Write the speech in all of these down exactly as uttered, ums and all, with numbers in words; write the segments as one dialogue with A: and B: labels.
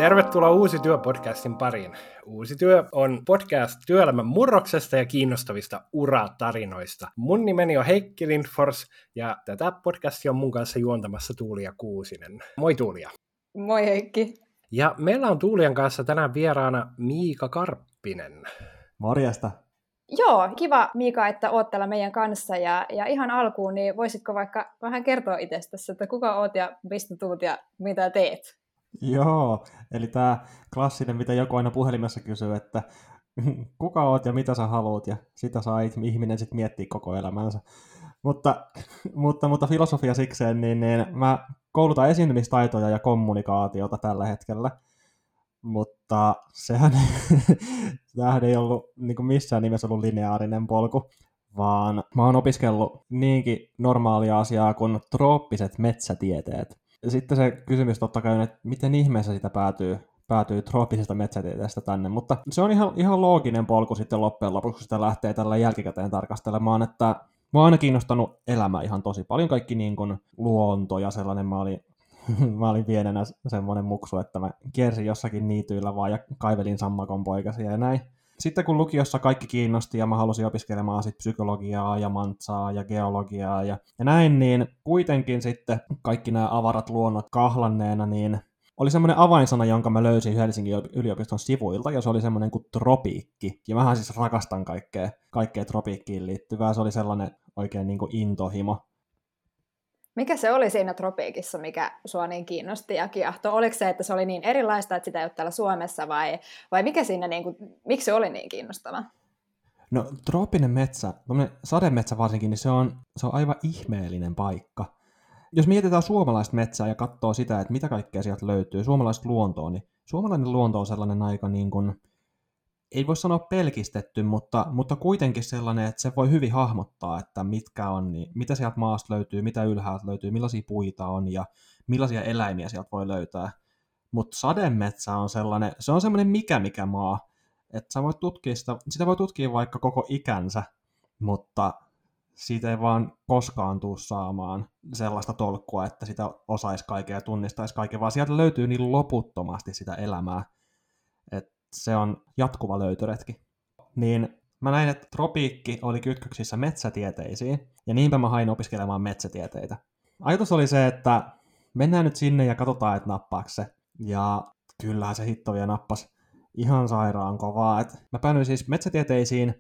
A: Tervetuloa Uusi työ-podcastin pariin. Uusi työ on podcast työelämän murroksesta ja kiinnostavista uratarinoista. Mun nimeni on Heikki Lindfors ja tätä podcastia on mun kanssa juontamassa Tuulia Kuusinen. Moi Tuulia.
B: Moi Heikki.
A: Ja meillä on Tuulian kanssa tänään vieraana Miika Karppinen.
C: Morjesta.
B: Joo, kiva Miika, että oot täällä meidän kanssa ja, ja ihan alkuun, niin voisitko vaikka vähän kertoa itsestäsi, että kuka oot ja mistä tuut ja mitä teet?
C: Joo, eli tämä klassinen, mitä joku aina puhelimessa kysyy, että kuka oot ja mitä sä haluat, ja sitä saa ihminen sitten miettiä koko elämänsä. Mutta, mutta, mutta filosofia sikseen, niin, niin mä koulutan esiintymistaitoja ja kommunikaatiota tällä hetkellä, mutta sehän, sehän ei ollut niin kuin missään nimessä ollut lineaarinen polku, vaan mä oon opiskellut niinkin normaalia asiaa kuin trooppiset metsätieteet. Sitten se kysymys totta kai on, että miten ihmeessä sitä päätyy, päätyy trooppisesta metsätieteestä tänne, mutta se on ihan, ihan looginen polku sitten loppujen lopuksi, kun sitä lähtee tällä jälkikäteen tarkastelemaan, että mä oon aina kiinnostanut elämä ihan tosi paljon, kaikki niin kuin luonto ja sellainen, mä olin, mä olin pienenä semmoinen muksu, että mä kiersin jossakin niityillä vaan ja kaivelin sammakon poikasia ja näin. Sitten kun lukiossa kaikki kiinnosti ja mä halusin opiskelemaan sit psykologiaa ja mantsaa ja geologiaa ja, ja näin, niin kuitenkin sitten kaikki nämä avarat luonnot kahlanneena, niin oli semmoinen avainsana, jonka mä löysin Helsingin yliopiston sivuilta, ja se oli semmoinen kuin tropiikki. Ja mähän siis rakastan kaikkea, kaikkea tropiikkiin liittyvää, se oli sellainen oikein niin kuin intohimo.
B: Mikä se oli siinä tropiikissa, mikä sua niin kiinnosti ja kiehtoi? Oliko se, että se oli niin erilaista, että sitä ei ole täällä Suomessa, vai, vai mikä siinä, niin kuin, miksi se oli niin kiinnostava?
C: No trooppinen metsä, sademetsä varsinkin, niin se on, se on aivan ihmeellinen paikka. Jos mietitään suomalaista metsää ja katsoo sitä, että mitä kaikkea sieltä löytyy, suomalaista luontoa, niin suomalainen luonto on sellainen aika niin kuin, ei voi sanoa pelkistetty, mutta, mutta kuitenkin sellainen, että se voi hyvin hahmottaa, että mitkä on, niin mitä sieltä maasta löytyy, mitä ylhäältä löytyy, millaisia puita on ja millaisia eläimiä sieltä voi löytää. Mutta sademetsä on sellainen, se on sellainen mikä mikä maa, että sä voit tutkia sitä, sitä voi tutkia vaikka koko ikänsä, mutta siitä ei vaan koskaan tule saamaan sellaista tolkkua, että sitä osaisi kaiken ja tunnistaisi kaiken, vaan sieltä löytyy niin loputtomasti sitä elämää, että se on jatkuva löytöretki. Niin mä näin, että tropiikki oli kytköksissä metsätieteisiin, ja niinpä mä hain opiskelemaan metsätieteitä. Ajatus oli se, että mennään nyt sinne ja katsotaan, että nappaako se. Ja kyllähän se hitto vielä nappasi ihan sairaan kovaa. Et mä päädyin siis metsätieteisiin,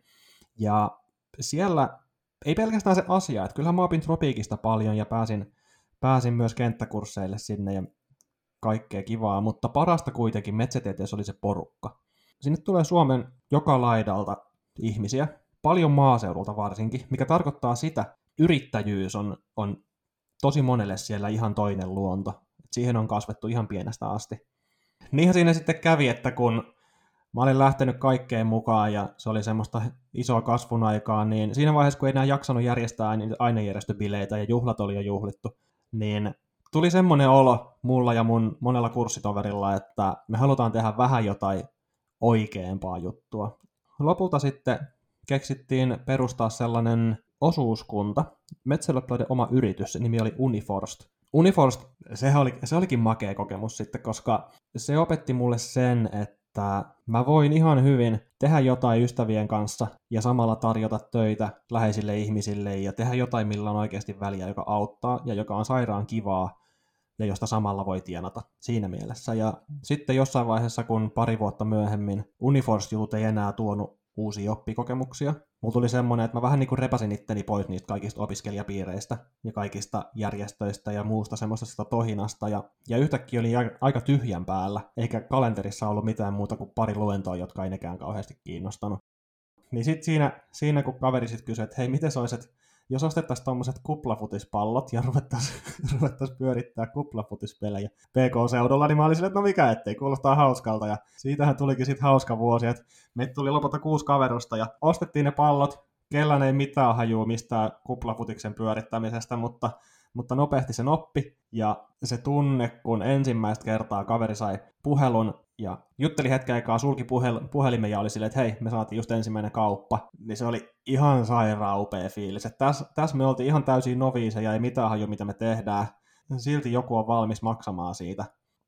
C: ja siellä ei pelkästään se asia, että kyllähän mä opin tropiikista paljon ja pääsin, pääsin myös kenttäkursseille sinne ja kaikkea kivaa, mutta parasta kuitenkin metsätieteessä oli se porukka. Sinne tulee Suomen joka laidalta ihmisiä, paljon maaseudulta varsinkin, mikä tarkoittaa sitä, yrittäjyys on, on tosi monelle siellä ihan toinen luonto. Siihen on kasvettu ihan pienestä asti. Niinhän siinä sitten kävi, että kun mä olin lähtenyt kaikkeen mukaan ja se oli semmoista isoa kasvun aikaa, niin siinä vaiheessa, kun ei enää jaksanut järjestää niin ainejärjestöbileitä ja juhlat oli jo juhlittu, niin tuli semmoinen olo mulla ja mun monella kurssitoverilla, että me halutaan tehdä vähän jotain oikeampaa juttua. Lopulta sitten keksittiin perustaa sellainen osuuskunta, metsäleploiden oma yritys, se nimi oli Uniforst. Uniforst, se, oli, se olikin makea kokemus sitten, koska se opetti mulle sen, että mä voin ihan hyvin tehdä jotain ystävien kanssa ja samalla tarjota töitä läheisille ihmisille ja tehdä jotain, millä on oikeasti väliä, joka auttaa ja joka on sairaan kivaa ja josta samalla voi tienata siinä mielessä. Ja sitten jossain vaiheessa, kun pari vuotta myöhemmin Uniforce-jutut ei enää tuonut uusia oppikokemuksia, mulla tuli semmoinen, että mä vähän niin kuin repäsin itteni pois niistä kaikista opiskelijapiireistä ja kaikista järjestöistä ja muusta semmoisesta tohinasta. Ja, ja yhtäkkiä oli aika tyhjän päällä, eikä kalenterissa ollut mitään muuta kuin pari luentoa, jotka ei nekään kauheasti kiinnostanut. Niin sitten siinä, siinä kun kaveri sitten kysyi, että hei, miten se olisi, että jos ostettaisiin tommoset kuplafutispallot ja ruvettaisiin ruvettais pyörittää kuplafutispelejä P K-seudulla, niin mä olin silleen, että no mikä ettei, kuulostaa hauskalta. Ja siitähän tulikin sitten hauska vuosi, että meitä tuli lopulta kuusi kaverusta ja ostettiin ne pallot. Kellään ei mitään hajua mistään kuplafutiksen pyörittämisestä, mutta, mutta nopeasti se oppi. Ja se tunne, kun ensimmäistä kertaa kaveri sai puhelun ja jutteli hetken aikaa, sulki puhel- puhelimen ja oli silleen, että hei, me saatiin just ensimmäinen kauppa. Niin se oli ihan sairaan upea fiilis. Tässä täs me oltiin ihan täysin noviiseja, ei mitään haju, mitä me tehdään. Silti joku on valmis maksamaan siitä.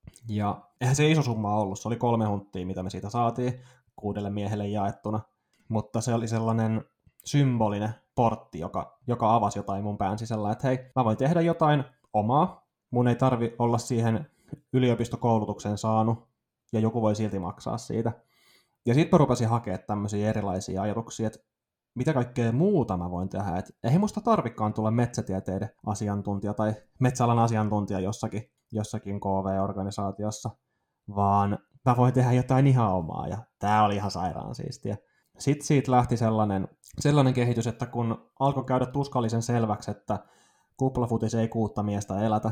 C: Ja eihän se iso summa ollut, se oli kolme hunttia, mitä me siitä saatiin kuudelle miehelle jaettuna. Mutta se oli sellainen symbolinen portti, joka, joka avasi jotain mun pään sisällä, että hei, mä voin tehdä jotain omaa, mun ei tarvi olla siihen yliopistokoulutukseen saanut, ja joku voi silti maksaa siitä. Ja sitten mä rupesin hakemaan tämmöisiä erilaisia ajatuksia, että mitä kaikkea muuta mä voin tehdä. Et eihän musta tarvikaan tulla metsätieteiden asiantuntija tai metsäalan asiantuntija jossakin, jossakin K V-organisaatiossa, vaan mä voin tehdä jotain ihan omaa, ja tää oli ihan sairaan siistiä. Sitten siitä lähti sellainen, sellainen kehitys, että kun alkoi käydä tuskallisen selväksi, että kuplafutis ei kuutta miestä elätä,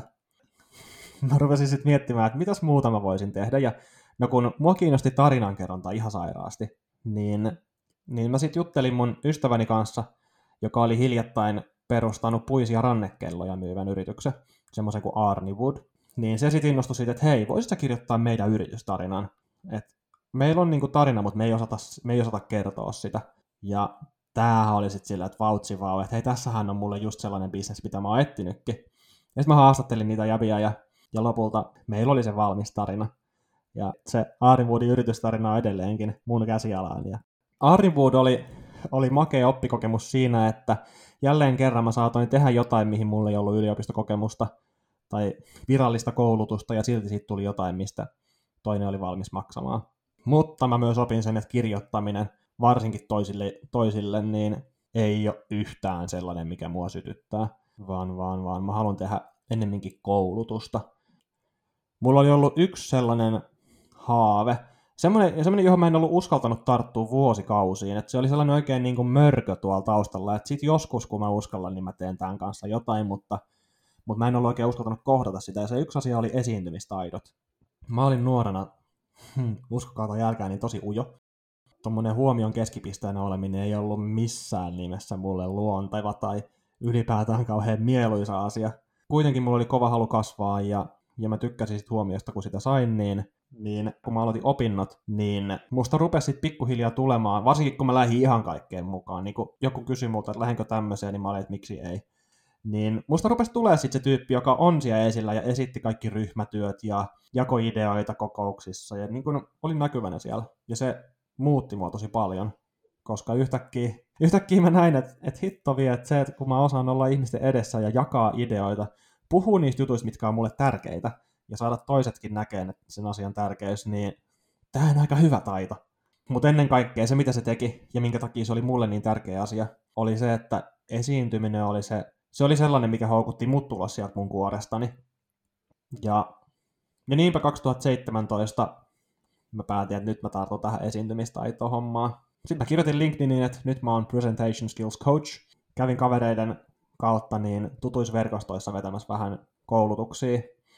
C: mä rupesin sitten miettimään, että mitäs muuta mä voisin tehdä, ja no kun mua kiinnosti tarinankerronta ihan sairaasti, niin, niin mä sitten juttelin mun ystäväni kanssa, joka oli hiljattain perustanut puisia rannekelloja myyvän yrityksen, semmoisen kuin Arniwood, niin se sitten innostui siitä, että hei, voisit sä kirjoittaa meidän yritystarinan, että meillä on niinku tarina, mutta me ei, osata, me ei osata kertoa sitä, ja tämähän oli sitten sillä, että vautsi vau, että hei, tässähän on mulle just sellainen bisnes, mitä mä oon etsinytkin. Ja sitten mä haastattelin niitä jäviä, ja, ja lopulta meillä oli se valmis tarina. Ja se Arniwoodin yritystarina on edelleenkin mun käsialaan. Ja Arniwood oli, oli makea oppikokemus siinä, että jälleen kerran mä saatoin tehdä jotain, mihin mulla ei ollut yliopistokokemusta tai virallista koulutusta, ja silti siitä tuli jotain, mistä toinen oli valmis maksamaan. Mutta mä myös opin sen, että kirjoittaminen, varsinkin toisille, toisille, niin ei ole yhtään sellainen, mikä mua sytyttää, vaan, vaan, vaan mä haluan tehdä ennemminkin koulutusta. Mulla oli ollut yksi sellainen haave, semmoinen, semmoinen johon mä en ollut uskaltanut tarttua vuosikausiin, että se oli sellainen oikein niin kuin mörkö tuolla taustalla, että sit joskus kun mä uskallan, niin mä teen tämän kanssa jotain, mutta, mutta mä en ollut oikein uskaltanut kohdata sitä, ja se yksi asia oli esiintymistaidot. Mä olin nuorena, hmm, uskokaa tai jälkeen, niin tosi ujo. Tuommoinen huomion keskipisteenä oleminen ei ollut missään nimessä mulle luonteva tai ylipäätään kauhean mieluisa asia. Kuitenkin mulla oli kova halu kasvaa, ja ja mä tykkäsin sit huomiosta, kun sitä sain, niin, niin kun mä aloitin opinnot, niin musta rupesi sit pikkuhiljaa tulemaan, varsinkin kun mä lähdin ihan kaikkeen mukaan, niin kun joku kysyi multa, että lähdenkö tämmöiseen, niin mä olin, että miksi ei. Niin musta rupesi tulemaan sit se tyyppi, joka on siellä esillä ja esitti kaikki ryhmätyöt ja jakoi ideoita kokouksissa, ja niin kun olin näkyvänä siellä, ja se muutti mua tosi paljon, koska yhtäkkiä, yhtäkkiä mä näin, että, että hitto vie, että se, että kun mä osaan olla ihmisten edessä ja jakaa ideoita, puhua niistä jutuista, mitkä on mulle tärkeitä, ja saada toisetkin näkemään sen asian tärkeys, niin tämä on aika hyvä taito. Mutta ennen kaikkea se, mitä se teki, ja minkä takia se oli mulle niin tärkeä asia, oli se, että esiintyminen oli se, se oli sellainen, mikä houkutti mut tulos sieltä mun kuorestani. Ja, ja niinpä kaksituhattaseitsemäntoista mä päätin, että nyt mä tartun tähän esiintymistaitoon hommaan. Sitten mä kirjoitin LinkedIniin, että nyt mä oon Presentation Skills Coach. Kävin kavereiden kautta niin tutuisverkostoissa vetämässä vähän koulutuksia.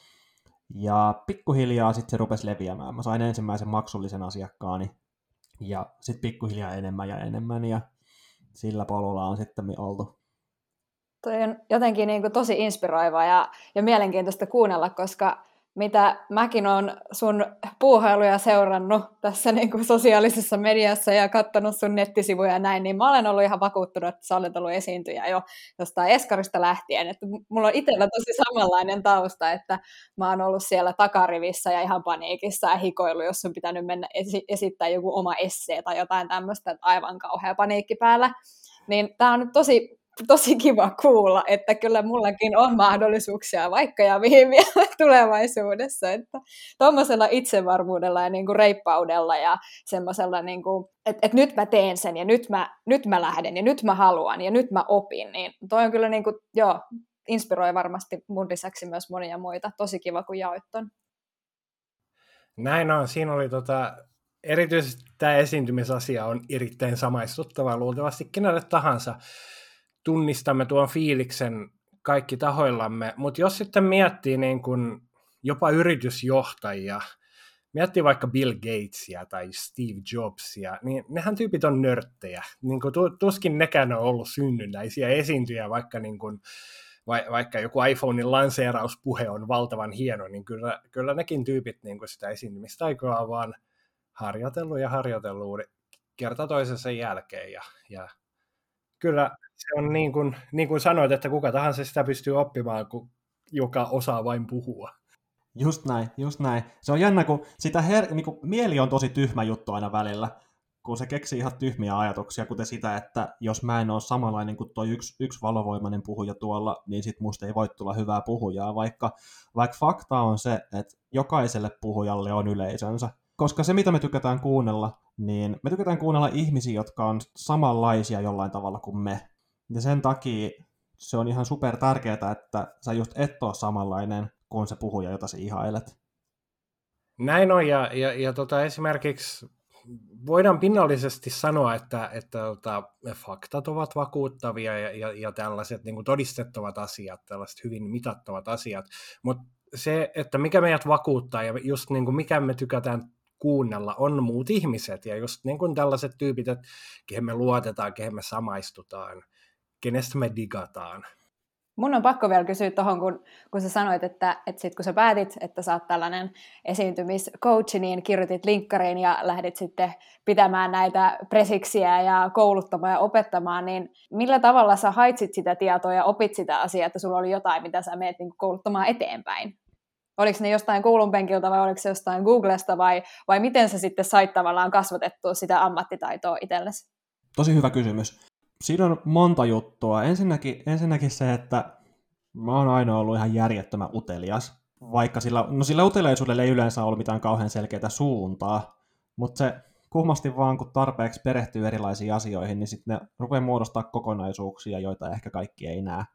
C: Ja pikkuhiljaa sitten se rupesi leviämään. Mä sain ensimmäisen maksullisen asiakkaani. Ja sitten pikkuhiljaa enemmän ja enemmän. Ja sillä polulla on sitten oltu.
B: Toi on jotenkin niin kuin tosi inspiroivaa ja, ja mielenkiintoista kuunnella, koska mitä mäkin olen sun puuhailuja seurannut tässä niin kuin sosiaalisessa mediassa ja katsonut sun nettisivuja ja näin, niin mä olen ollut ihan vakuuttunut, että sä olet ollut esiintyjä jo jostain eskarista lähtien. Että mulla on itsellä tosi samanlainen tausta, että mä oon ollut siellä takarivissä ja ihan paniikissa ja hikoillut, jos on pitänyt mennä esi- esittää joku oma essee tai jotain tämmöistä, että aivan kauhea paniikki päällä. Niin tää on nyt tosi... Tosi kiva kuulla, että kyllä mullakin on mahdollisuuksia vaikka ja mihin vielä tulevaisuudessa. Että tuommoisella itsevarmuudella ja niin kuin reippaudella ja semmoisella, niin kuin, että, että nyt mä teen sen ja nyt mä, nyt mä lähden ja nyt mä haluan ja nyt mä opin. Niin toi on kyllä niin kuin, joo, inspiroi varmasti mun lisäksi myös monia muita. Tosi kiva, kun jaoit ton.
A: Näin on. Siinä oli tota... Erityisesti tämä esiintymisasia on erittäin samaistuttava luultavasti kenelle tahansa. Tunnistamme tuon fiiliksen kaikki tahoillamme, mutta jos sitten miettii niin kun jopa yritysjohtajia, miettii vaikka Bill Gatesia tai Steve Jobsia, niin nehän tyypit on nörttejä. Niin kun tuskin nekään on ollut synnynnäisiä esiintyjä, vaikka, niin kun, vaikka joku iPhonein lanseerauspuhe on valtavan hieno, niin kyllä, kyllä nekin tyypit niin kun sitä esiintymistaikoa on vaan harjoitellut ja harjoitellut kerta toisensa jälkeen. Ja, ja kyllä se on niin kuin, niin kuin sanoit, että kuka tahansa sitä pystyy oppimaan, kun joka osaa vain puhua.
C: Just näin, just näin. Se on jännä, kun sitä her- niin kuin mieli on tosi tyhmä juttu aina välillä, kun se keksii ihan tyhmiä ajatuksia, kuten sitä, että jos mä en ole samanlainen kuin toi yksi, yksi valovoimainen puhuja tuolla, niin sit musta ei voi tulla hyvää puhujaa, vaikka, vaikka fakta on se, että jokaiselle puhujalle on yleisönsä. Koska se, mitä me tykätään kuunnella, niin me tykätään kuunnella ihmisiä, jotka on samanlaisia jollain tavalla kuin me. Ja sen takia se on ihan super tärkeää, että sä just et ole samanlainen kuin se puhuja, jota sä ihailet.
A: Näin on, ja, ja, ja tota, esimerkiksi voidaan pinnallisesti sanoa, että, että tota, faktat ovat vakuuttavia ja, ja, ja tällaiset niin kuin todistettavat asiat, tällaiset hyvin mitattavat asiat, mutta se, että mikä meidät vakuuttaa ja just niin kuin mikä me tykätään kuunnella, on muut ihmiset ja just niin kuin tällaiset tyypit, että kehen me luotetaan, kehen me samaistutaan, kenestä me digataan.
B: Mun on pakko vielä kysyä tuohon, kun, kun sä sanoit, että, että sit kun sä päätit, että sä oot tällainen esiintymiscoachi, niin kirjoitit linkkariin ja lähdit sitten pitämään näitä presiksiä ja kouluttamaan ja opettamaan, niin millä tavalla sä haitsit sitä tietoa ja opit sitä asiaa, että sulla oli jotain, mitä sä meet niin kouluttamaan eteenpäin? Oliko ne jostain koulunpenkiltä vai oliko se jostain Googlesta vai, vai miten sä sitten sait tavallaan kasvatettua sitä ammattitaitoa itsellesi?
C: Tosi hyvä kysymys. Siinä on monta juttua. Ensinnäkin, ensinnäkin se, että mä oon aina ollut ihan järjettömän utelias. Vaikka sillä, no sillä uteliaisuudella ei yleensä ollut mitään kauhean selkeää suuntaa, mutta se kummasti vaan, kun tarpeeksi perehtyy erilaisiin asioihin, niin sitten ne rupeaa muodostaa kokonaisuuksia, joita ehkä kaikki ei näe.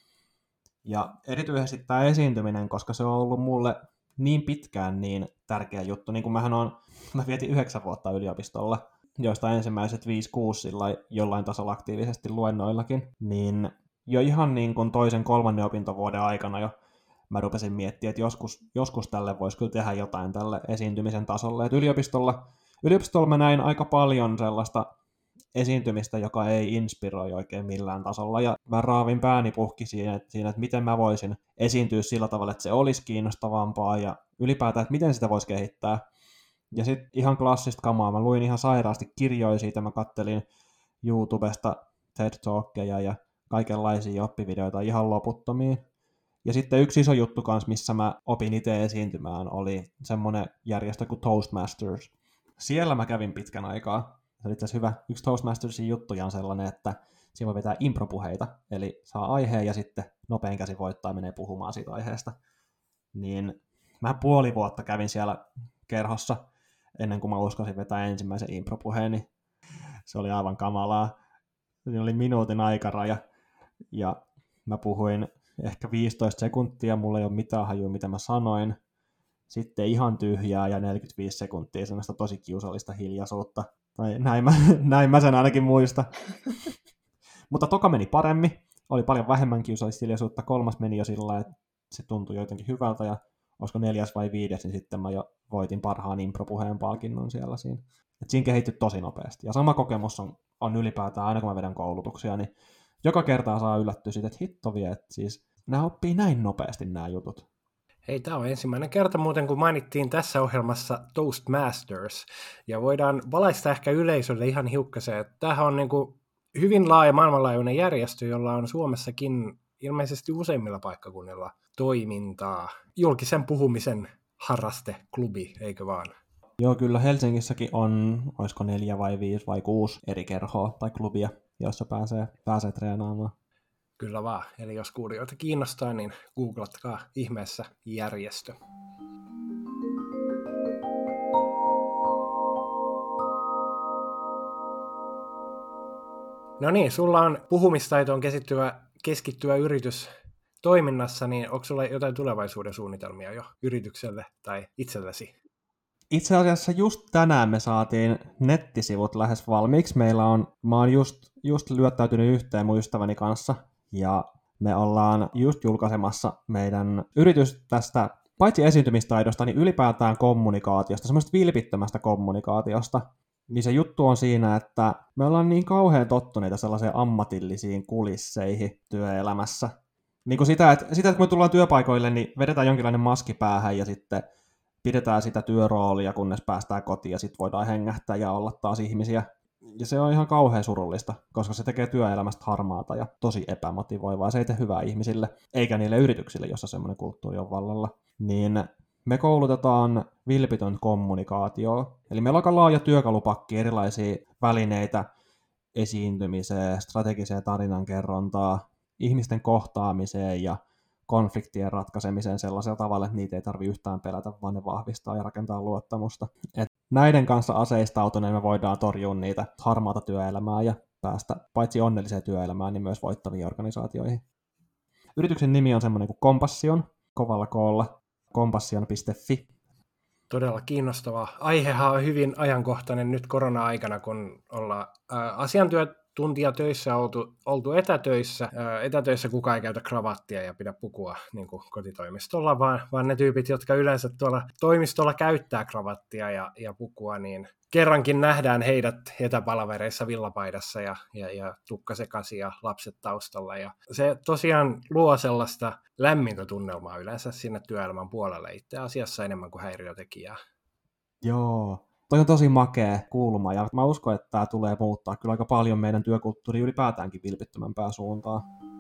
C: Ja erityisesti tämä esiintyminen, koska se on ollut mulle niin pitkään niin tärkeä juttu, niin kuin mähän on, mä vietin yhdeksän vuotta yliopistolla, joista ensimmäiset viisi kuusi jollain tasolla aktiivisesti luennoillakin, niin jo ihan niin kuin toisen kolmannen opintovuoden aikana jo mä rupesin miettimään, että joskus, joskus tälle voisi kyllä tehdä jotain tälle esiintymisen tasolle. Että yliopistolla, yliopistolla mä näin aika paljon sellaista esiintymistä, joka ei inspiroi oikein millään tasolla, ja mä raavin pääni puhki siinä, siinä, että miten mä voisin esiintyä sillä tavalla, että se olisi kiinnostavampaa, ja ylipäätään, että miten sitä voisi kehittää. Ja sitten ihan klassista kamaa, mä luin ihan sairaasti kirjoja siitä, mä kattelin YouTubesta TED-talkkeja ja kaikenlaisia oppivideoita ihan loputtomiin. Ja sitten yksi iso juttu kanssa, missä mä opin itse esiintymään, oli semmoinen järjestö kuin Toastmasters. Siellä mä kävin pitkän aikaa. Se oli itse asiassa hyvä. Yksi Toastmastersin juttuja on sellainen, että siinä voi vetää impropuheita, eli saa aiheen ja sitten nopein käsi voittaa menee puhumaan siitä aiheesta. Niin mä puoli vuotta kävin siellä kerhossa ennen kuin mä uskasin vetää ensimmäisen impropuheen, niin se oli aivan kamalaa. Se oli minuutin aikaraja ja mä puhuin ehkä viisitoista sekuntia, mulla ei ole mitään hajua, mitä mä sanoin. Sitten ihan tyhjää ja neljäkymmentäviisi sekuntia sellaista tosi kiusallista hiljaisuutta. Tai näin mä, näin mä sen ainakin muista. Mutta toka meni paremmin. Oli paljon vähemmän kiusallista hiljaisuutta. Kolmas meni jo sillä, että se tuntui jotenkin hyvältä. Ja olisiko neljäs vai viides, niin sitten mä jo voitin parhaan impropuheen palkinnon siellä siinä. Et siinä kehittyi tosi nopeasti. Ja sama kokemus on, on ylipäätään, aina kun mä vedän koulutuksia, niin joka kertaa saa yllättyä siitä, että hitto vie, että siis nämä oppii näin nopeasti nämä jutut.
A: Hei, tämä on ensimmäinen kerta muuten, kun mainittiin tässä ohjelmassa Toastmasters, ja voidaan valaista ehkä yleisölle ihan hiukkaseen, että tämähän on niin kuin hyvin laaja maailmanlaajuinen järjestö, jolla on Suomessakin ilmeisesti useimmilla paikkakunnilla toimintaa. Julkisen puhumisen harrasteklubi, eikö vaan?
C: Joo, kyllä Helsingissäkin on, olisiko neljä vai viisi vai kuusi eri kerhoa tai klubia, joissa pääsee, pääsee treenaamaan.
A: Kyllä vaan. Eli jos kuulijoita kiinnostaa, niin googlatkaa ihmeessä järjestö. No niin, sulla on puhumistaitoon keskittyvä, keskittyvä yritys toiminnassa, niin onko sulla jotain tulevaisuuden suunnitelmia jo yritykselle tai itsellesi?
C: Itse asiassa just tänään me saatiin nettisivut lähes valmiiksi. Meillä on, mä oon just, just lyöttäytynyt yhteen mun ystäväni kanssa, ja me ollaan just julkaisemassa meidän yritys tästä, paitsi esiintymistaidosta, niin ylipäätään kommunikaatiosta, semmoista vilpittömästä kommunikaatiosta. Niin se juttu on siinä, että me ollaan niin kauhean tottuneita sellaisiin ammatillisiin kulisseihin työelämässä. Niin kuin sitä, että, sitä, että kun me tullaan työpaikoille, niin vedetään jonkinlainen maski päähän ja sitten pidetään sitä työroolia, kunnes päästään kotiin ja sitten voidaan hengähtää ja olla taas ihmisiä. Ja se on ihan kauhean surullista, koska se tekee työelämästä harmaata ja tosi epämotivoivaa. Se ei tee hyvää ihmisille, eikä niille yrityksille, jossa semmoinen kulttuuri on vallalla. Niin Me koulutetaan vilpitön kommunikaatio. Eli meillä on aika laaja työkalupakki erilaisia välineitä esiintymiseen, strategiseen tarinankerrontaan, ihmisten kohtaamiseen ja konfliktien ratkaisemiseen sellaisella tavalla, että niitä ei tarvitse yhtään pelätä, vaan ne vahvistaa ja rakentaa luottamusta. Et näiden kanssa aseistautuneen me voidaan torjua niitä harmaata työelämää ja päästä paitsi onnelliseen työelämään, niin myös voittaviin organisaatioihin. Yrityksen nimi on semmoinen kuin Compassion, kovalla koolla, compassion piste fi.
A: Todella kiinnostava. Aihehan on hyvin ajankohtainen nyt korona-aikana, kun ollaan ää, asiantuntijatöissä oltu, oltu etätöissä. Ää, etätöissä kukaan ei käytä kravattia ja pidä pukua niin kuin kotitoimistolla, vaan, vaan ne tyypit, jotka yleensä tuolla toimistolla käyttää kravattia ja, ja pukua, niin kerrankin nähdään heidät etäpalavereissa villapaidassa ja, ja, ja tukka sekaisin ja lapset taustalla. Ja se tosiaan luo sellaista lämmintä tunnelmaa yleensä sinne työelämän puolelle itse asiassa enemmän kuin häiriötekijää.
C: Joo, toi on tosi makea kulma ja mä uskon, että tämä tulee muuttaa kyllä aika paljon meidän työkulttuuri ylipäätäänkin vilpittömämpään suuntaan.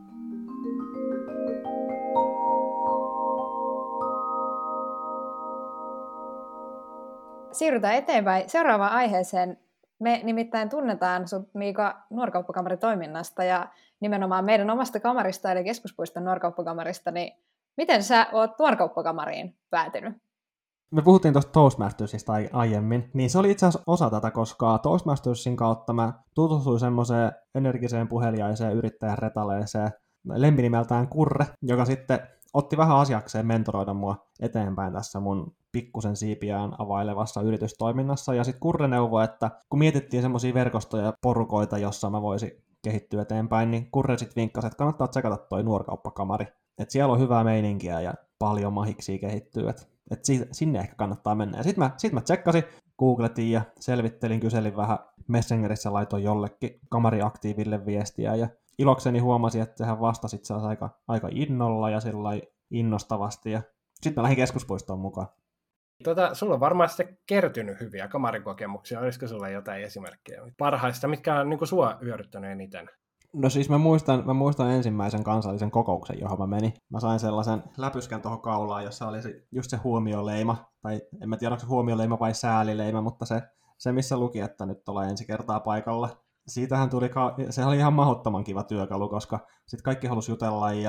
B: Siirrytään eteenpäin seuraavaan aiheeseen. Me nimittäin tunnetaan sut, Miika, Nuorkauppakamari-toiminnasta ja nimenomaan meidän omasta kamarista, eli Keskuspuiston Nuorkauppakamarista, niin miten sä oot Nuorkauppakamariin päätynyt?
C: Me puhuttiin tuosta Toastmastersista aiemmin, niin se oli itse asiassa osa tätä, koska Toastmastersin kautta mä tutustuin semmoiseen energiseen, puheliaiseen, yrittäjän retaleeseen, lempinimeltään Kurre, joka sitten otti vähän asiakseen mentoroida mua eteenpäin tässä mun pikkusen siipiään availevassa yritystoiminnassa. Ja sitten Kurre neuvoi, että kun mietittiin semmoisia verkostoja ja porukoita, jossa mä voisin kehittyä eteenpäin, niin Kurre sitten vinkkasi, että kannattaa tsekata toi Nuorkauppakamari. Että siellä on hyvää meininkiä ja paljon mahiksia kehittyy, että et sinne ehkä kannattaa mennä. Ja sitten mä, sit mä tsekkasin, googletin ja selvittelin, kyselin vähän Messengerissä, laitoin jollekin kamariaktiiville viestiä ja ilokseni huomasin, että sehän vastasi itse asiassa aika, aika innolla ja sillai innostavasti ja sitten mä lähdin Keskuspuistoon mukaan.
A: Tota, sulla on varmaan sitten kertynyt hyviä kamarikokemuksia. Olisiko sulla jotain esimerkkejä parhaista, mitkä on niin kuin sua hyödyttänyt eniten?
C: No siis mä muistan, mä muistan ensimmäisen kansallisen kokouksen, johon mä menin. Mä sain sellaisen läpyskän tuohon kaulaan, jossa oli se, just se huomioleima, tai en mä tiedä, onko se huomioleima vai säälileima, mutta se, se missä luki, että nyt ollaan ensi kertaa paikalla. Siitähän tuli, ka- se oli ihan mahdottoman kiva työkalu, koska sitten kaikki halusi jutella ja,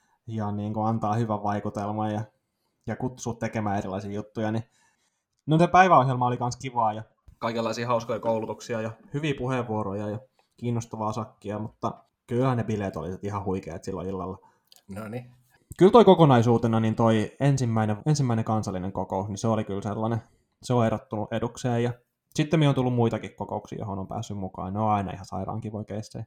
C: ja niin kuin antaa hyvän vaikutelman ja, ja kutsua tekemään erilaisia juttuja. Niin... No se päiväohjelma oli myös kivaa ja kaikenlaisia hauskoja koulutuksia ja hyviä puheenvuoroja ja kiinnostavaa sakkia, mutta kyllähän ne bileet oli ihan huikeat silloin illalla.
A: No niin.
C: Kyllä toi kokonaisuutena, niin toi ensimmäinen, ensimmäinen kansallinen kokous, niin se oli kyllä sellainen, se on erottunut edukseen ja sitten me on tullut muitakin kokouksia, johon on päässyt mukaan. Ne on aina ihan sairaan kivoja keissejä.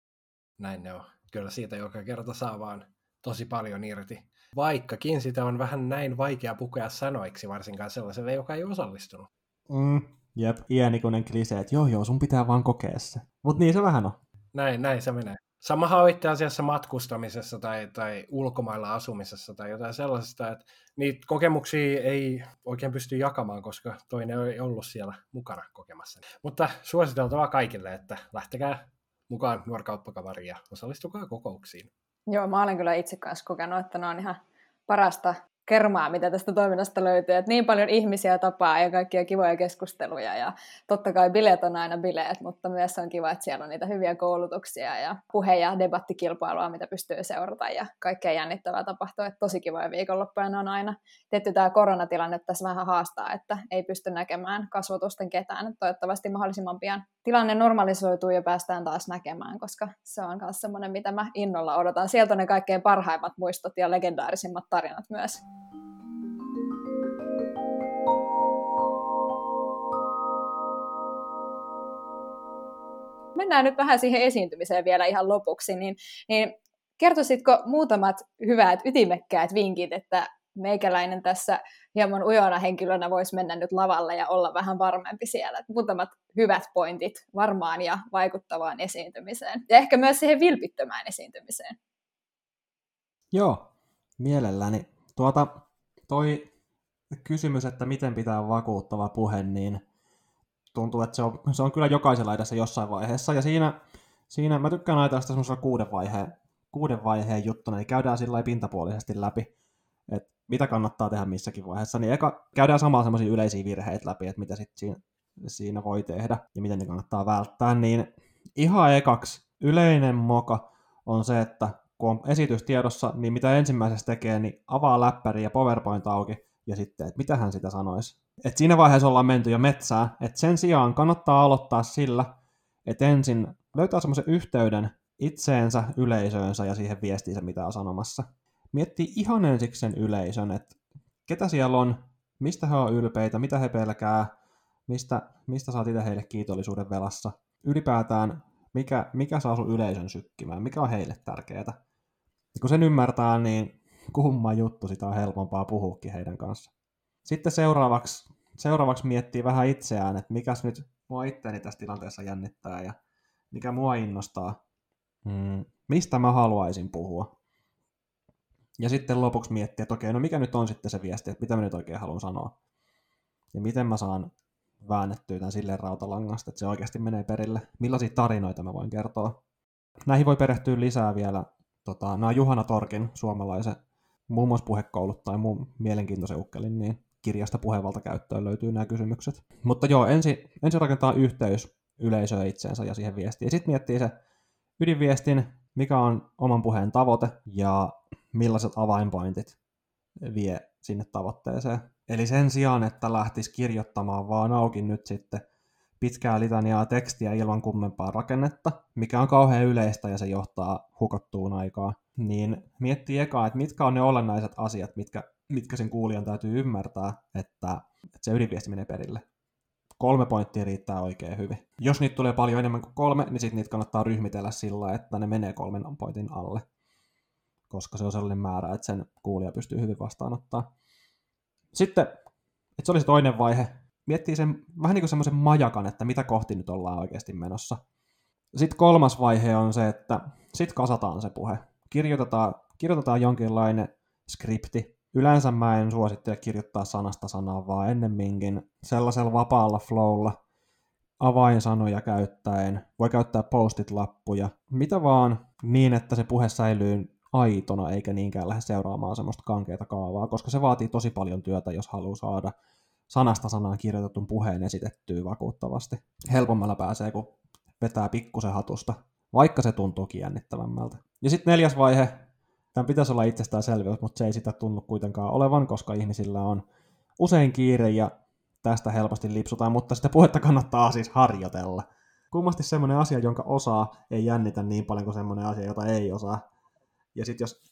A: Näin ne on. Kyllä siitä joka kerta saa vaan tosi paljon irti. Vaikkakin sitä on vähän näin vaikea pukea sanoiksi, varsinkaan sellaiselle, joka ei osallistunut.
C: Mm, jep, iänikuinen klisee, että joo joo, sun pitää vaan kokea se. Mut niin se vähän on.
A: Näin, näin se menee. Samahan on itse asiassa matkustamisessa tai, tai ulkomailla asumisessa tai jotain sellaisesta, että niitä kokemuksia ei oikein pysty jakamaan, koska toinen ei ollut siellä mukana kokemassa. Mutta suositeltavaa kaikille, että lähtekää mukaan Nuorkauppakamariin ja osallistukaa kokouksiin.
B: Joo, mä olen kyllä itse kanssa kokenut, että ne on ihan parasta kermaa, mitä tästä toiminnasta löytyy. Että niin paljon ihmisiä tapaa ja kaikkia kivoja keskusteluja. Ja totta kai bileet on aina bileet, mutta myös on kiva, että siellä on niitä hyviä koulutuksia ja puhe- ja debattikilpailua, mitä pystyy seurata. Ja kaikkea jännittävää tapahtuu. Että tosi kivoja viikonloppuja on aina. Tietty tämä koronatilanne tässä vähän haastaa, että ei pysty näkemään kasvotusten ketään. Että toivottavasti mahdollisimman pian tilanne normalisoituu ja päästään taas näkemään, koska se on myös semmoinen, mitä mä innolla odotan. Sieltä on ne kaikkein parhaimmat muistot ja legendaarisimmat tarinat myös. Mennään nyt vähän siihen esiintymiseen vielä ihan lopuksi, niin, niin kertoisitko muutamat hyvät, ytimekkäät vinkit, että meikäläinen tässä hieman ujona henkilönä voisi mennä nyt lavalle ja olla vähän varmempi siellä. Muutamat hyvät pointit varmaan ja vaikuttavaan esiintymiseen. Ja ehkä myös siihen vilpittömään esiintymiseen.
C: Joo, mielelläni. Tuota, toi kysymys, että miten pitää vakuuttava puhe, niin tuntuu, että se on, se on kyllä jokaisella edessä jossain vaiheessa. Ja siinä, siinä mä tykkään ajatella sitä semmoisella kuuden vaiheen, kuuden vaiheen juttuna, niin käydään sillä lailla pintapuolisesti läpi. että mitä kannattaa tehdä missäkin vaiheessa, niin eka käydään samalla semmoisia yleisiä virheitä läpi, että mitä sit siinä, siinä voi tehdä ja miten ne kannattaa välttää, niin ihan ekaksi yleinen moka on se, että kun on esitys tiedossa, niin mitä ensimmäisessä tekee, niin avaa läppäri ja PowerPoint auki ja sitten, että mitä hän sitä sanoisi. Et siinä vaiheessa ollaan menty jo metsään, että sen sijaan kannattaa aloittaa sillä, että ensin löytää semmoisen yhteyden itseensä, yleisöönsä ja siihen viestiinsä, mitä on sanomassa. Miettii ihan ensiksi sen yleisön, että ketä siellä on, mistä he on ylpeitä, mitä he pelkää, mistä, mistä saat itse heille kiitollisuuden velassa. Ylipäätään, mikä, mikä saa sun yleisön sykkimään, mikä on heille tärkeää. Ja kun sen ymmärtää, niin kumma juttu, sitä on helpompaa puhuukin heidän kanssa. Sitten seuraavaksi, seuraavaksi miettii vähän itseään, että mikäs nyt mua itseäni tässä tilanteessa jännittää ja mikä mua innostaa. Hmm, mistä mä haluaisin puhua. Ja sitten lopuksi miettiä, että okei, no mikä nyt on sitten se viesti, että mitä mä nyt oikein haluan sanoa. Ja miten mä saan väännettyä tämän silleen rautalangasta, että se oikeasti menee perille. Millaisia tarinoita mä voin kertoa. Näihin voi perehtyä lisää vielä. Tota, nämä on Juhana Torkin, suomalaisen muun muassa puhekoulut tai muun mielenkiintoisen ukkelin, niin kirjasta puhevaltakäyttöön löytyy nämä kysymykset. Mutta joo, ensin, ensin rakentaa yhteys yleisöön itseensä ja siihen viestiin. Ja sitten miettii se ydinviestin, mikä on oman puheen tavoite ja millaiset avainpointit vie sinne tavoitteeseen. Eli sen sijaan, että lähtisi kirjoittamaan vaan auki nyt sitten pitkää litaniaa tekstiä ilman kummempaa rakennetta, mikä on kauhean yleistä ja se johtaa hukattuun aikaa, niin miettii ekaa, että mitkä on ne olennaiset asiat, mitkä, mitkä sen kuulijan täytyy ymmärtää, että, että se ydinviesti menee perille. Kolme pointtia riittää oikein hyvin. Jos niitä tulee paljon enemmän kuin kolme, niin sitten niitä kannattaa ryhmitellä sillä, että ne menee kolmen pointin alle, koska se on sellainen määrä, että sen kuulija pystyy hyvin vastaanottaa. Sitten, että se oli se toinen vaihe, miettii sen vähän niin kuin semmoisen majakan, että mitä kohti nyt ollaan oikeasti menossa. Sitten kolmas vaihe on se, että sitten kasataan se puhe. Kirjoitetaan, kirjoitetaan jonkinlainen skripti. Yleensä mä en suosittele kirjoittaa sanasta sanaa, vaan ennemminkin sellaisella vapaalla flowlla, avainsanoja käyttäen, voi käyttää post-it-lappuja, mitä vaan niin, että se puhe säilyy aitona, eikä niinkään lähde seuraamaan semmoista kankeata kaavaa, koska se vaatii tosi paljon työtä, jos haluaa saada sanasta sanaan kirjoitetun puheen esitettyä vakuuttavasti. Helpommalla pääsee, kun vetää pikkusen hatusta, vaikka se tuntuukin jännittävämmältä. Ja sitten neljäs vaihe, tämän pitäisi olla itsestäänselvyys, mutta se ei sitä tunnu kuitenkaan olevan, koska ihmisillä on usein kiire ja tästä helposti lipsutaan, mutta sitä puhetta kannattaa siis harjoitella. Kummasti semmoinen asia, jonka osaa, ei jännitä niin paljon kuin semmoinen asia, jota ei osaa. Ja sitten jos,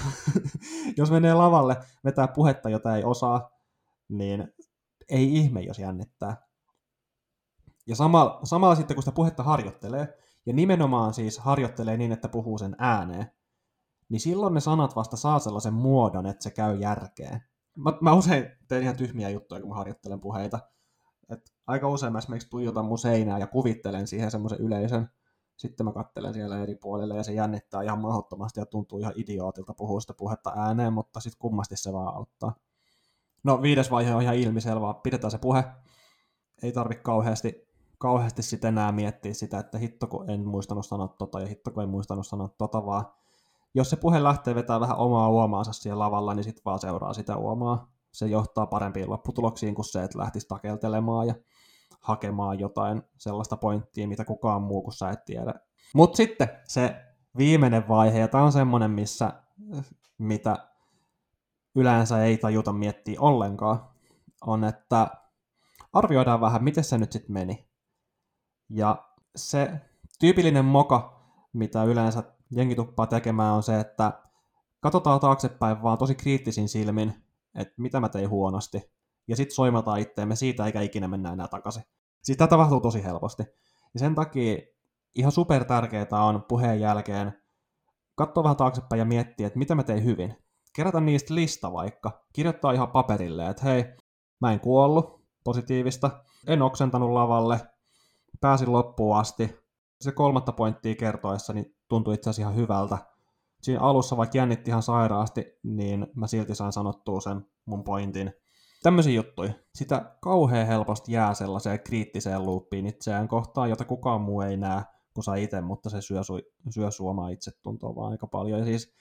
C: jos menee lavalle vetää puhetta, jota ei osaa, niin ei ihme, jos jännittää. Ja samalla, samalla sitten, kun sitä puhetta harjoittelee, ja nimenomaan siis harjoittelee niin, että puhuu sen ääneen, niin silloin ne sanat vasta saa sellaisen muodon, että se käy järkeen. Mä, mä usein teen ihan tyhmiä juttuja, kun mä harjoittelen puheita. Et aika usein mä esimerkiksi tuijotan mun seinää ja kuvittelen siihen semmoisen yleisön. Sitten mä katselen siellä eri puolille ja se jännittää ihan mahdottomasti ja tuntuu ihan idiootilta puhua sitä puhetta ääneen, mutta sitten kummasti se vaan auttaa. No viides vaihe on ihan ilmiselvää. Pidetään se puhe. Ei tarvitse kauheasti, kauheasti sitten enää miettiä sitä, että hitto kun en muistanut sanoa tota ja hitto kun en muistanut sanoa tota, vaan jos se puhe lähtee vetämään vähän omaa uomaansa siellä lavalla, niin sitten vaan seuraa sitä uomaa. Se johtaa parempiin lopputuloksiin kuin se, että lähtisi takeltelemaan ja hakemaan jotain sellaista pointtia, mitä kukaan muu kuin sä et tiedä. Mutta sitten se viimeinen vaihe, ja tämä on semmoinen, missä, mitä yleensä ei tajuta miettiä ollenkaan, on, että arvioidaan vähän, miten se nyt sitten meni. Ja se tyypillinen moka, mitä yleensä jengi tuppaa tekemään, on se, että katsotaan taaksepäin vaan tosi kriittisin silmin, että mitä mä tein huonosti, ja sitten soimataan itteemme siitä, eikä ikinä mennä enää takaisin. Siis tämä tapahtuu tosi helposti. Ja sen takia ihan super tärkeää on puheen jälkeen katsoa vähän taaksepäin ja miettiä, että mitä mä tein hyvin. Kerätä niistä lista vaikka. Kirjoittaa ihan paperille, että hei, mä en kuollut, positiivista, en oksentanut lavalle, pääsin loppuun asti. Se kolmatta pointtia kertoessa niin tuntui itse asiassa ihan hyvältä. Siinä alussa, vaikka jännitti ihan sairaasti, niin mä silti sain sanottua sen mun pointin. Tämmöisiä juttuja. Sitä kauhean helposti jää sellaiseen kriittiseen loopiin itseään kohtaan, jota kukaan muu ei näe kuin sä itse, mutta se syö, su- syö suomaa itsetuntoa vaan aika paljon. Ja siis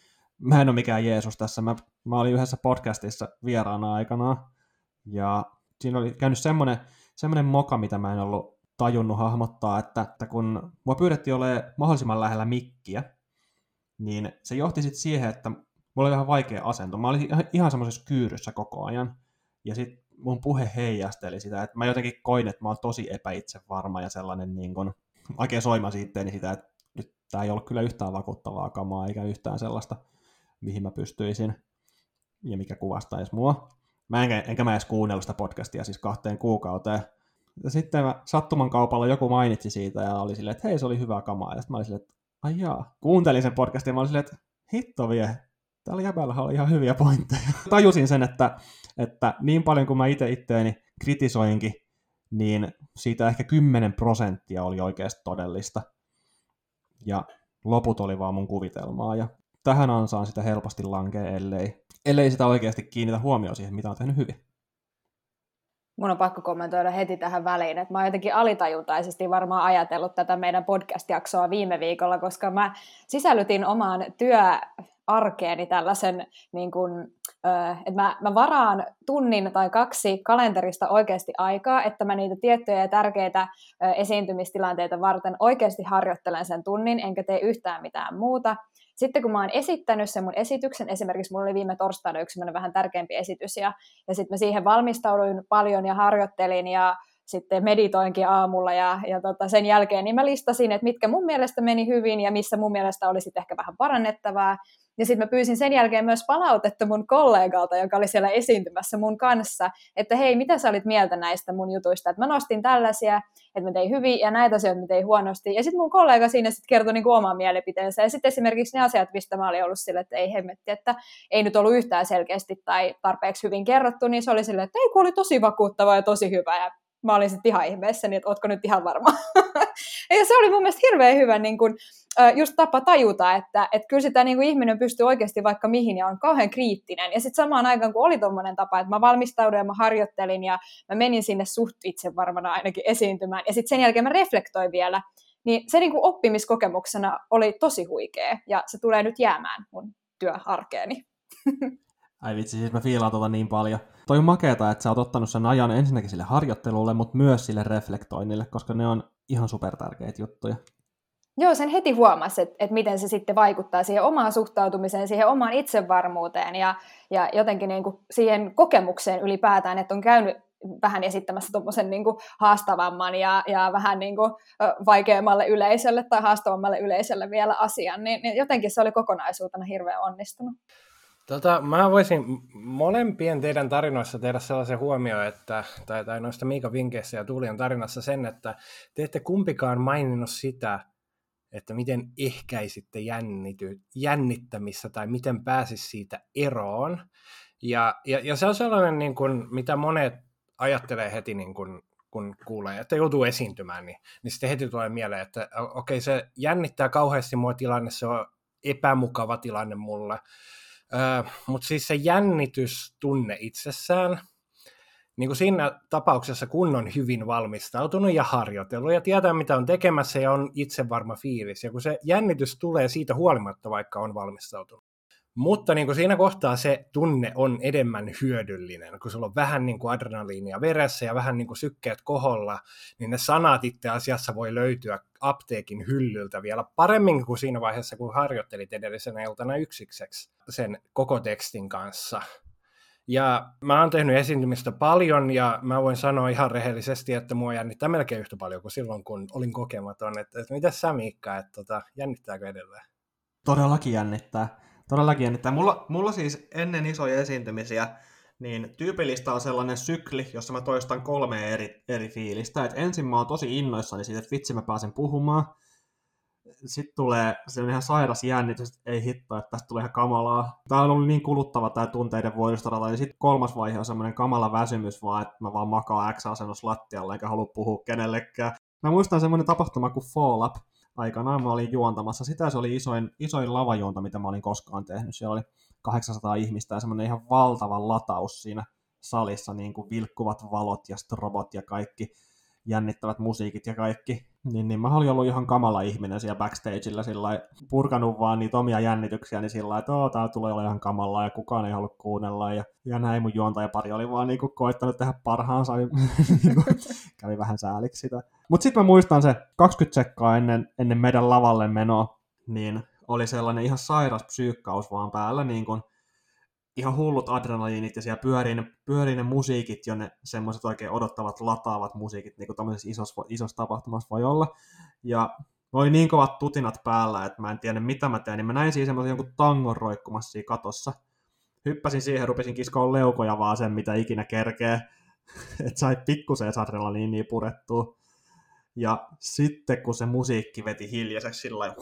C: mä en ole mikään Jeesus tässä. Mä, mä olin yhdessä podcastissa vieraana aikanaan, ja siinä oli käynyt semmoinen, semmoinen moka, mitä mä en ollut tajunnut hahmottaa, että, että kun mua pyydettiin olemaan mahdollisimman lähellä mikkiä, niin se johti sitten siihen, että mulla oli vähän vaikea asento. Mä olin ihan semmoisessa kyyryssä koko ajan, ja sitten mun puhe heijasteli sitä, että mä jotenkin koin, että mä oon tosi epäitsevarma ja sellainen niin kun, oikein soimasin itteeni sitä, että nyt tää ei ollut kyllä yhtään vakuuttavaa kamaa, eikä yhtään sellaista, mihin mä pystyisin, ja mikä kuvastaisi mua. Mä enkä, enkä mä edes kuunnellut sitä podcastia siis kahteen kuukauteen. Ja sitten mä sattuman kaupalla joku mainitsi siitä, ja oli silleen, että hei, se oli hyvää kamaa. Ja sitten mä olin silleen, että ai jaa. Kuuntelin sen podcastin, ja mä olin silleen, että hitto vie, täällä jäbällä oli ihan hyviä pointteja. Tajusin sen, että, että niin paljon kuin mä itse itteeni kritisoinkin, niin siitä ehkä kymmenen prosenttia oli oikeasti todellista. Ja loput oli vaan mun kuvitelmaa. Ja tähän ansaan sitä helposti lankee, ellei, ellei sitä oikeasti kiinnitä huomioon siihen, mitä on tehnyt hyvin.
B: Mun on pakko kommentoida heti tähän väliin, että mä oon jotenkin alitajuntaisesti varmaan ajatellut tätä meidän podcast-jaksoa viime viikolla, koska mä sisällytin omaan työarkeeni tällaisen, niin kun, että mä, mä varaan tunnin tai kaksi kalenterista oikeasti aikaa, että mä niitä tiettyjä ja tärkeitä esiintymistilanteita varten oikeasti harjoittelen sen tunnin, enkä tee yhtään mitään muuta. Sitten kun mä oon esittänyt sen mun esityksen, esimerkiksi mulla oli viime torstaina yksi vähän tärkeämpi esitys, ja, ja sitten mä siihen valmistauduin paljon ja harjoittelin, ja sitten meditoinkin aamulla, ja, ja tota sen jälkeen niin mä listasin, että mitkä mun mielestä meni hyvin, ja missä mun mielestä olisi ehkä vähän parannettavaa. Ja sitten mä pyysin sen jälkeen myös palautetta mun kollegalta, joka oli siellä esiintymässä mun kanssa, että hei, mitä sä olit mieltä näistä mun jutuista, että mä nostin tällaisia, että mä tein hyvin ja näitä asioita mä tein huonosti. Ja sitten mun kollega siinä sitten kertoi niinku oman mielipiteensä. Ja sitten esimerkiksi ne asiat, mistä mä olin ollut sille, että ei hemmetti, että ei nyt ollut yhtään selkeästi tai tarpeeksi hyvin kerrottu, niin se oli silleen, että ei, kun oli tosi vakuuttava ja tosi hyvä. Ja mä olin sitten ihan ihmeessä, niin että ootko nyt ihan varma. Ja se oli mun mielestä hirveän hyvä niin kun, just tapa tajuta, että, että kyllä sitä niin kun ihminen pystyy oikeasti vaikka mihin ja on kauhean kriittinen. Ja sitten samaan aikaan, kun oli tommoinen tapa, että mä valmistauduin ja mä harjoittelin ja mä menin sinne suht itse varmana ainakin esiintymään. Ja sitten sen jälkeen mä reflektoin vielä, niin se niin kun oppimiskokemuksena oli tosi huikea ja se tulee nyt jäämään mun työarkeeni.
C: Ai vitsi, siis mä fiilaan tuota niin paljon. Toi on makeeta, että sä oot ottanut sen ajan ensinnäkin sille harjoittelulle, mutta myös sille reflektoinnille, koska ne on ihan supertärkeitä juttuja.
B: Joo, sen heti huomasi, että, että miten se sitten vaikuttaa siihen omaan suhtautumiseen, siihen omaan itsevarmuuteen ja, ja jotenkin niin kuin siihen kokemukseen ylipäätään, että on käynyt vähän esittämässä tuommoisen niin kuin haastavamman ja, ja vähän niin kuin vaikeammalle yleisölle tai haastavammalle yleisölle vielä asian, niin, niin jotenkin se oli kokonaisuutena hirveän onnistunut.
A: Tota, mä voisin molempien teidän tarinoissa tehdä sellaisen huomioon, että, tai, tai noista Miika vinkeissä ja Tuulian tarinassa sen, että te ette kumpikaan maininnut sitä, että miten ehkäisitte jännity, jännittämistä tai miten pääsisi siitä eroon. Ja, ja, ja se on sellainen, niin kuin, mitä monet ajattelee heti, niin kuin, kun kuulee, että joutuu esiintymään, niin, niin sitten heti tulee mieleen, että okei, okay, se jännittää kauheasti mua tilanne, se on epämukava tilanne mulle. Uh, mutta siis se jännitystunne itsessään, niin kuin siinä tapauksessa kun on hyvin valmistautunut ja harjoitellut ja tietää mitä on tekemässä ja on itsevarma fiilis, ja kun se jännitys tulee siitä huolimatta, vaikka on valmistautunut. Mutta niin kuin siinä kohtaa se tunne on enemmän hyödyllinen, kun sulla on vähän niin kuin adrenaliinia veressä ja vähän niin kuin sykkeet koholla, niin ne sanat itse asiassa voi löytyä apteekin hyllyltä vielä paremmin kuin siinä vaiheessa, kun harjoittelit edellisenä iltana yksikseksi sen koko tekstin kanssa. Ja mä oon tehnyt esiintymistä paljon ja mä voin sanoa ihan rehellisesti, että mua jännittää melkein yhtä paljon kuin silloin, kun olin kokematon. Että, että mitäs sä, Miikka, että tota, jännittääkö edelleen?
C: Todellakin jännittää. Todellakin jännittää. Mulla, mulla siis ennen isoja esiintymisiä, niin tyypillistä on sellainen sykli, jossa mä toistan kolme eri, eri fiilistä. Et ensin mä oon tosi innoissani siitä, että vitsi mä pääsen puhumaan. Sitten tulee se on ihan sairas jännitys, että ei hitto, että tästä tulee ihan kamalaa. Tää on ollut niin kuluttava tää tunteiden vuodistorata. Ja sitten kolmas vaihe on semmoinen kamala väsymys vaan, että mä vaan makaan X-asennossa lattialla enkä halua puhua kenellekään. Mä muistan semmoinen tapahtuma kuin Fall Up. Aikanaan mä olin juontamassa. Sitä se oli isoin, isoin lavajuonta, mitä mä olin koskaan tehnyt. Siellä oli kahdeksansataa ihmistä ja semmoinen ihan valtava lataus siinä salissa, niin kuin vilkkuvat valot ja strobot ja kaikki. jännittävät musiikit ja kaikki. Niin, niin mä olin ollut ihan kamala ihminen siellä backstageilla, sillä purkanut vaan niitä omia jännityksiä, niin sillä että oo, tää tulee olla ihan kamalaa ja kukaan ei halua kuunnella. Ja, ja näin mun juontajapari oli vaan niinku koittanut tehdä parhaansa, niinku, kävi vähän sääliksi sitä. Mut sit mä muistan se kaksikymmentä sekkaa ennen, ennen meidän lavalle menoa, niin oli sellainen ihan sairas psyykkaus vaan päällä, niin kun ihan hullut adrenaliinit ja siellä pyörii ne, pyörii ne musiikit jo ne semmoiset oikein odottavat, lataavat musiikit, niin kuin tämmöisessä isossa, isossa tapahtumassa voi olla. Ja oli niin kovat tutinat päällä, että mä en tiedä mitä mä teen, niin mä näin siinä semmoisen jonkun tangon roikkumassa siinä katossa. Hyppäsin siihen, rupesin kiskoon leukoja vaan sen, mitä ikinä kerkee, että sai pikkuseen adrenaliinia purettua. Ja sitten kun se musiikki veti hiljaiseksi sillä lailla,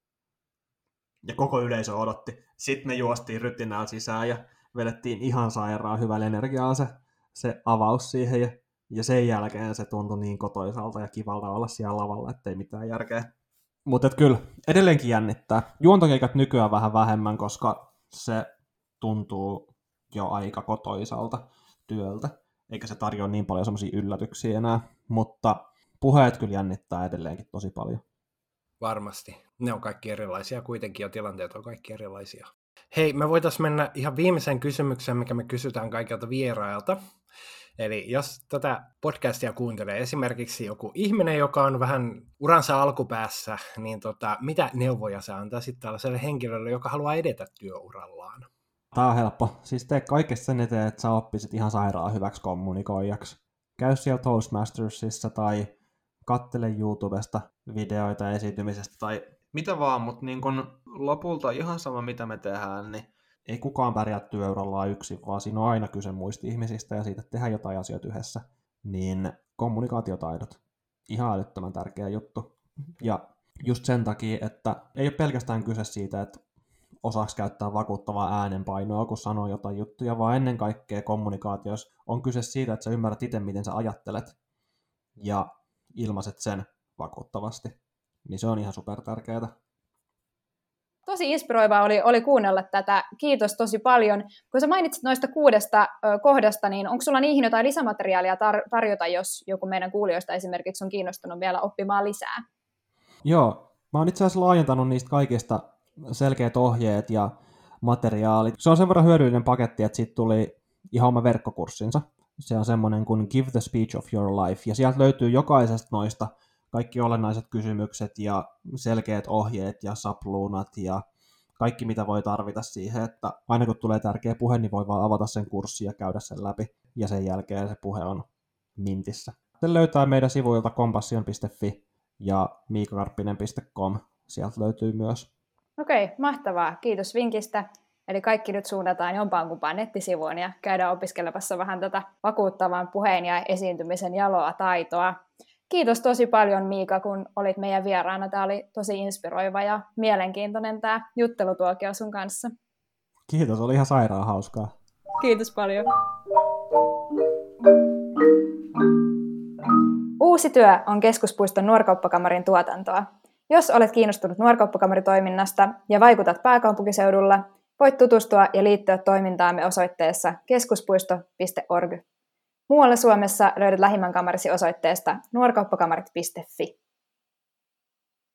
C: ja koko yleisö odotti. Sitten me juostiin rytinään sisään ja vedettiin ihan sairaan hyvällä energiaa se, se avaus siihen. Ja, ja sen jälkeen se tuntui niin kotoisalta ja kivalta olla siellä lavalla, ettei mitään järkeä. Mutta kyllä, edelleenkin jännittää. Juontokeikat nykyään vähän vähemmän, koska se tuntuu jo aika kotoisalta työltä. Eikä se tarjoa niin paljon semmoisia yllätyksiä enää. Mutta puheet kyllä jännittää edelleenkin tosi paljon.
A: Varmasti. Ne on kaikki erilaisia kuitenkin ja tilanteet on kaikki erilaisia. Hei, me voitaisiin mennä ihan viimeiseen kysymykseen, mikä me kysytään kaikilta vierailta. Eli jos tätä podcastia kuuntelee esimerkiksi joku ihminen, joka on vähän uransa alkupäässä, niin tota, mitä neuvoja sä antaisit tällaiselle henkilölle, joka haluaa edetä työurallaan?
C: Tämä on helppo. Siis tee kaikesta sen eteen, että sä oppisit ihan sairaan hyväksi kommunikoijaksi. Käy siellä Toastmastersissa tai kattele YouTubesta videoita esiintymisestä tai mitä vaan, mutta niin kun lopulta ihan sama mitä me tehdään, niin ei kukaan pärjää työurallaan yksin, vaan siinä on aina kyse muista ihmisistä ja siitä, että tehdään jotain asioita yhdessä. Niin kommunikaatiotaidot, ihan älyttömän tärkeä juttu. Ja just sen takia, että ei ole pelkästään kyse siitä, että osaksi käyttää vakuuttavaa äänenpainoa, kun sanoo jotain juttuja, vaan ennen kaikkea kommunikaatiossa on kyse siitä, että sä ymmärrät itse, miten sä ajattelet ja ilmaiset sen vakuuttavasti. Niin se on ihan super tärkeää.
B: Tosi inspiroivaa oli, oli kuunnella tätä. Kiitos tosi paljon. Kun sä mainitsit noista kuudesta ö, kohdasta, niin onko sulla niihin jotain lisämateriaalia tar- tarjota, jos joku meidän kuulijoista esimerkiksi on kiinnostunut vielä oppimaan lisää?
C: Joo, mä oon itse asiassa laajentanut niistä kaikista selkeät ohjeet ja materiaalit. Se on sen verran hyödyllinen paketti, että siitä tuli ihan oma verkkokurssinsa. Se on semmoinen kuin Give the Speech of Your Life, ja sieltä löytyy jokaisesta noista kaikki olennaiset kysymykset ja selkeät ohjeet ja sapluunat ja kaikki, mitä voi tarvita siihen, että aina kun tulee tärkeä puhe, niin voi vaan avata sen kurssin ja käydä sen läpi, ja sen jälkeen se puhe on mintissä. Sitten löytää meidän sivuilta compassion piste fi ja miikakarppinen piste com, sieltä löytyy myös.
B: Okei, mahtavaa. Kiitos vinkistä. Eli kaikki nyt suunnataan jompaan kumpaan nettisivuun ja käydään opiskelemassa vähän tätä vakuuttavan puheen ja esiintymisen jaloa taitoa. Kiitos tosi paljon, Miika, kun olit meidän vieraana. Tämä oli tosi inspiroiva ja mielenkiintoinen tämä juttelutuokio sun kanssa.
C: Kiitos, oli ihan sairaan hauskaa.
B: Kiitos paljon. Uusi työ on Keskuspuiston Nuorkauppakamarin tuotantoa. Jos olet kiinnostunut Nuorkauppakamari-toiminnasta ja vaikutat pääkaupunkiseudulla, voit tutustua ja liittyä toimintaamme osoitteessa keskuspuisto piste org. Muualla Suomessa löydät lähimmän kamarisi osoitteesta nuorkauppakamarit piste fi.